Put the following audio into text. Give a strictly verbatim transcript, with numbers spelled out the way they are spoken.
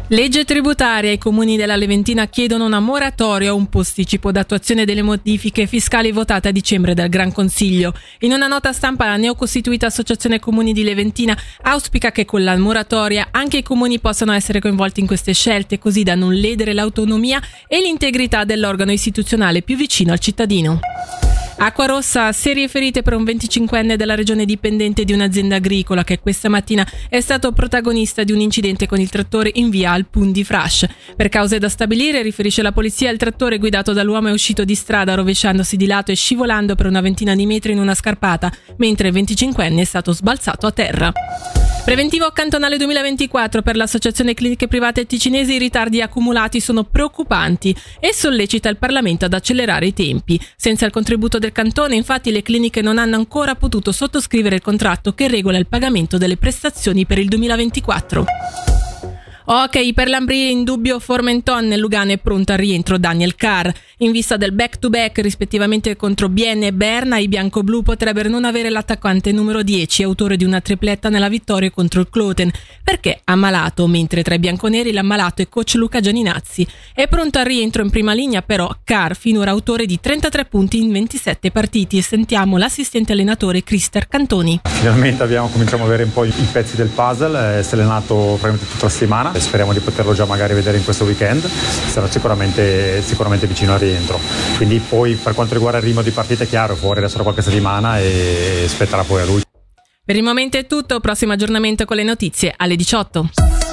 Legge tributaria. I comuni della Leventina chiedono una moratoria o un posticipo d'attuazione delle modifiche fiscali votate a dicembre dal Gran Consiglio. In una nota stampa la neocostituita Associazione Comuni di Leventina auspica che con la moratoria anche i comuni possano essere coinvolti in queste scelte, così da non ledere l'autonomia e l'integrità dell'organo istituzionale più vicino al cittadino. Acquarossa, serie ferite per un venticinquenne della regione dipendente di un'azienda agricola che questa mattina è stato protagonista di un incidente con il trattore in via Alpun di Frash. Per cause da stabilire, riferisce la polizia, il trattore guidato dall'uomo è uscito di strada rovesciandosi di lato e scivolando per una ventina di metri in una scarpata, mentre il venticinquenne è stato sbalzato a terra. Preventivo cantonale duemilaventiquattro per l'Associazione Cliniche Private Ticinesi. I ritardi accumulati sono preoccupanti e sollecita il Parlamento ad accelerare i tempi. Senza il contributo del cantone, infatti, le cliniche non hanno ancora potuto sottoscrivere il contratto che regola il pagamento delle prestazioni per il duemilaventiquattro. Ok, per l'Ambrì in dubbio Formenton, nel Lugano è pronto al rientro Daniel Carr. In vista del back-to-back rispettivamente contro Bienne e Berna, i bianco-blu potrebbero non avere l'attaccante numero dieci, autore di una tripletta nella vittoria contro il Kloten, perché ammalato, mentre tra i bianconeri l'ammalato è coach Luca Gianinazzi. È pronto al rientro in prima linea però Carr, finora autore di trentatré punti in ventisette partiti, e sentiamo l'assistente allenatore Crister Cantoni. Finalmente abbiamo cominciato a avere un po' i pezzi del puzzle, eh, si è allenato praticamente tutta la settimana. Speriamo di poterlo già magari vedere in questo weekend, sarà sicuramente, sicuramente vicino al rientro. Quindi poi per quanto riguarda il ritmo di partita è chiaro, fuori adesso da qualche settimana e spetterà poi a lui. Per il momento è tutto, prossimo aggiornamento con le notizie alle diciotto.